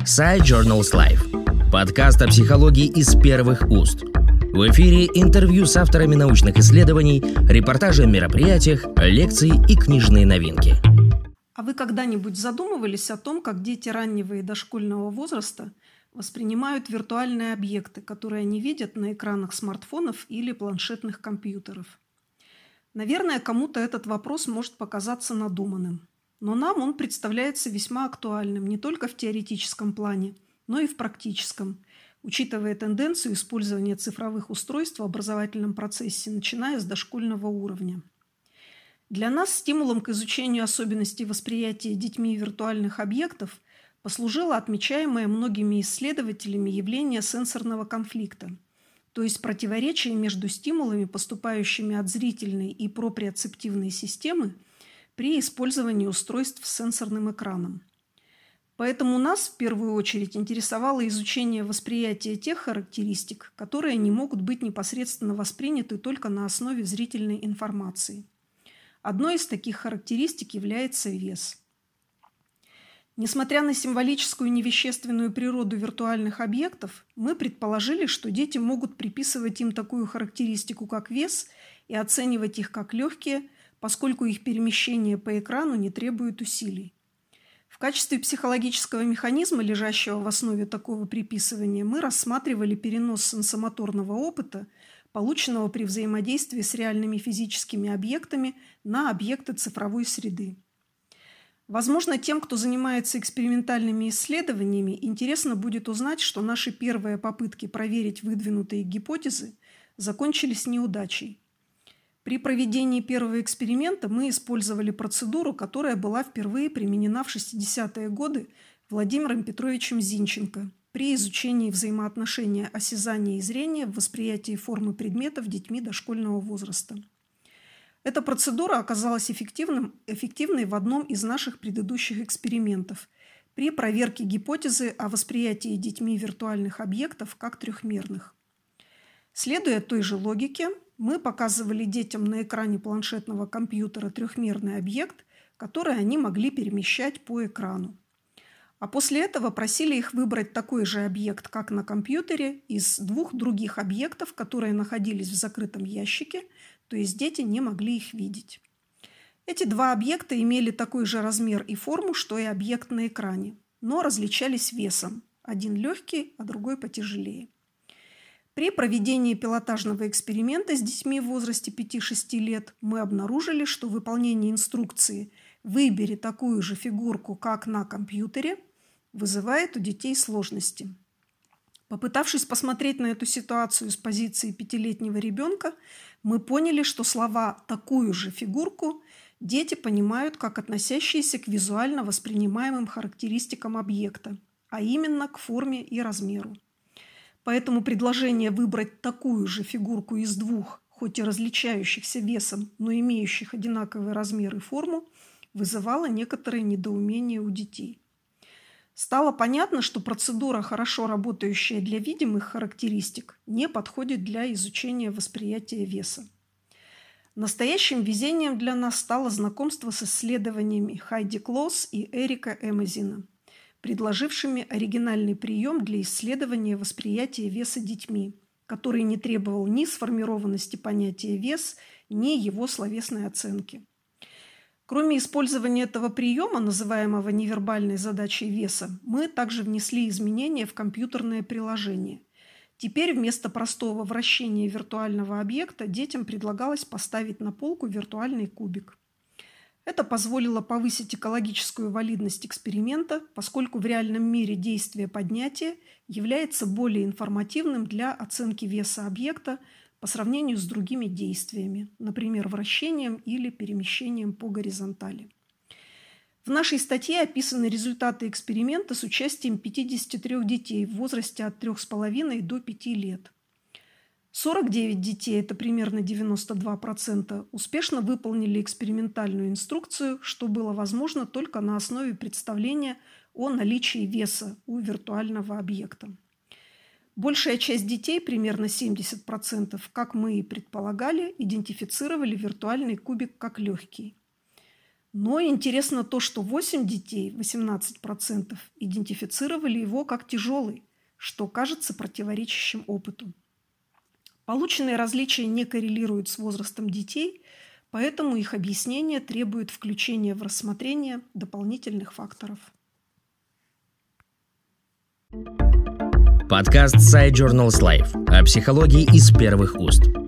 Sci Journals Live. Подкаст о психологии из первых уст. В эфире интервью с авторами научных исследований, репортажи о мероприятиях, лекции и книжные новинки. А вы когда-нибудь задумывались о том, как дети раннего и дошкольного возраста воспринимают виртуальные объекты, которые они видят на экранах смартфонов или планшетных компьютеров? Наверное, кому-то этот вопрос может показаться надуманным. Но нам он представляется весьма актуальным не только в теоретическом плане, но и в практическом, учитывая тенденцию использования цифровых устройств в образовательном процессе, начиная с дошкольного уровня. Для нас стимулом к изучению особенностей восприятия детьми виртуальных объектов послужило отмечаемое многими исследователями явление сенсорного конфликта, то есть противоречие между стимулами, поступающими от зрительной и проприоцептивной системы, при использовании устройств с сенсорным экраном. Поэтому нас в первую очередь интересовало изучение восприятия тех характеристик, которые не могут быть непосредственно восприняты только на основе зрительной информации. Одной из таких характеристик является вес. Несмотря на символическую невещественную природу виртуальных объектов, мы предположили, что дети могут приписывать им такую характеристику, как вес, и оценивать их как легкие, поскольку их перемещение по экрану не требует усилий. В качестве психологического механизма, лежащего в основе такого приписывания, мы рассматривали перенос сенсомоторного опыта, полученного при взаимодействии с реальными физическими объектами, на объекты цифровой среды. Возможно, тем, кто занимается экспериментальными исследованиями, интересно будет узнать, что наши первые попытки проверить выдвинутые гипотезы закончились неудачей. При проведении первого эксперимента мы использовали процедуру, которая была впервые применена в 60-е годы Владимиром Петровичем Зинченко при изучении взаимоотношения осязания и зрения в восприятии формы предметов детьми дошкольного возраста. Эта процедура оказалась эффективной в одном из наших предыдущих экспериментов при проверке гипотезы о восприятии детьми виртуальных объектов как трехмерных. Следуя той же логике, мы показывали детям на экране планшетного компьютера трехмерный объект, который они могли перемещать по экрану. А после этого просили их выбрать такой же объект, как на компьютере, из двух других объектов, которые находились в закрытом ящике, то есть дети не могли их видеть. Эти два объекта имели такой же размер и форму, что и объект на экране, но различались весом. Один легкий, а другой потяжелее. При проведении пилотажного эксперимента с детьми в возрасте 5-6 лет мы обнаружили, что выполнение инструкции «выбери такую же фигурку, как на компьютере» вызывает у детей сложности. Попытавшись посмотреть на эту ситуацию с позиции 5-летнего ребенка, мы поняли, что слова «такую же фигурку» дети понимают как относящиеся к визуально воспринимаемым характеристикам объекта, а именно к форме и размеру. Поэтому предложение выбрать такую же фигурку из двух, хоть и различающихся весом, но имеющих одинаковый размер и форму, вызывало некоторое недоумение у детей. Стало понятно, что процедура, хорошо работающая для видимых характеристик, не подходит для изучения восприятия веса. Настоящим везением для нас стало знакомство с исследованиями Хайди Клоус и Эрика Эмезина, предложившими оригинальный прием для исследования восприятия веса детьми, который не требовал ни сформированности понятия «вес», ни его словесной оценки. Кроме использования этого приема, называемого невербальной задачей веса, мы также внесли изменения в компьютерное приложение. Теперь вместо простого вращения виртуального объекта детям предлагалось поставить на полку виртуальный кубик. Это позволило повысить экологическую валидность эксперимента, поскольку в реальном мире действие поднятия является более информативным для оценки веса объекта по сравнению с другими действиями, например, вращением или перемещением по горизонтали. В нашей статье описаны результаты эксперимента с участием 53 детей в возрасте от 3,5 до 5 лет. 49 детей, это примерно 92%, успешно выполнили экспериментальную инструкцию, что было возможно только на основе представления о наличии веса у виртуального объекта. Большая часть детей, примерно 70%, как мы и предполагали, идентифицировали виртуальный кубик как легкий. Но интересно то, что 8 детей, 18%, идентифицировали его как тяжелый, что кажется противоречащим опыту. Полученные различия не коррелируют с возрастом детей, поэтому их объяснение требует включения в рассмотрение дополнительных факторов. Подкаст Side Journals Life о психологии из первых уст.